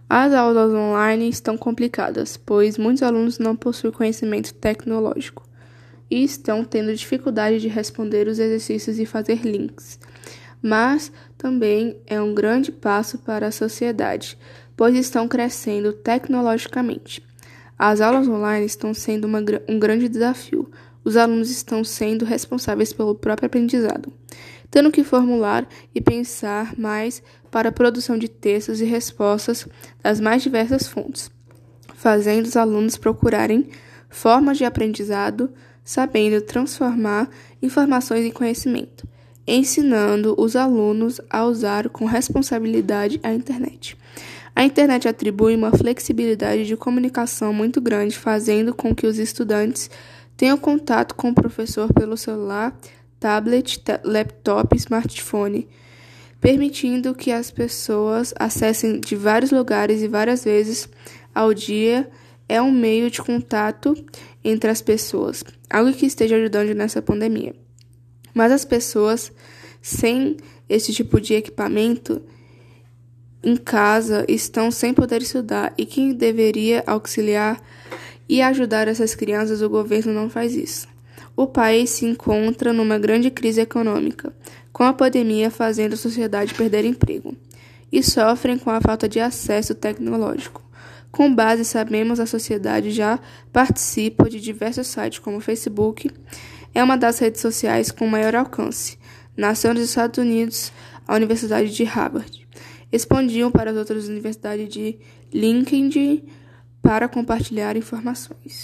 As aulas online estão complicadas, pois muitos alunos não possuem conhecimento tecnológico e estão tendo dificuldade de responder os exercícios e fazer links. Mas também é um grande passo para a sociedade, pois estão crescendo tecnologicamente. As aulas online estão sendo um grande desafio. Os alunos estão sendo responsáveis pelo próprio aprendizado, tendo que formular e pensar mais para a produção de textos e respostas das mais diversas fontes, fazendo os alunos procurarem formas de aprendizado, sabendo transformar informações em conhecimento, ensinando os alunos a usar com responsabilidade a internet. A internet atribui uma flexibilidade de comunicação muito grande, fazendo com que os estudantes tenham contato com o professor pelo celular, tablet, laptop e smartphone, permitindo que as pessoas acessem de vários lugares e várias vezes ao dia. É um meio de contato entre as pessoas, algo que esteja ajudando nessa pandemia. Mas as pessoas sem esse tipo de equipamento em casa estão sem poder estudar, e quem deveria auxiliar e ajudar essas crianças, o governo não faz isso. O país se encontra numa grande crise econômica, com a pandemia fazendo a sociedade perder emprego, e sofrem com a falta de acesso tecnológico. Com base, sabemos, a sociedade já participa de diversos sites, como o Facebook, é uma das redes sociais com maior alcance. Nasceu nos Estados Unidos, a Universidade de Harvard. Expandiam para as outras universidades de LinkedIn para compartilhar informações.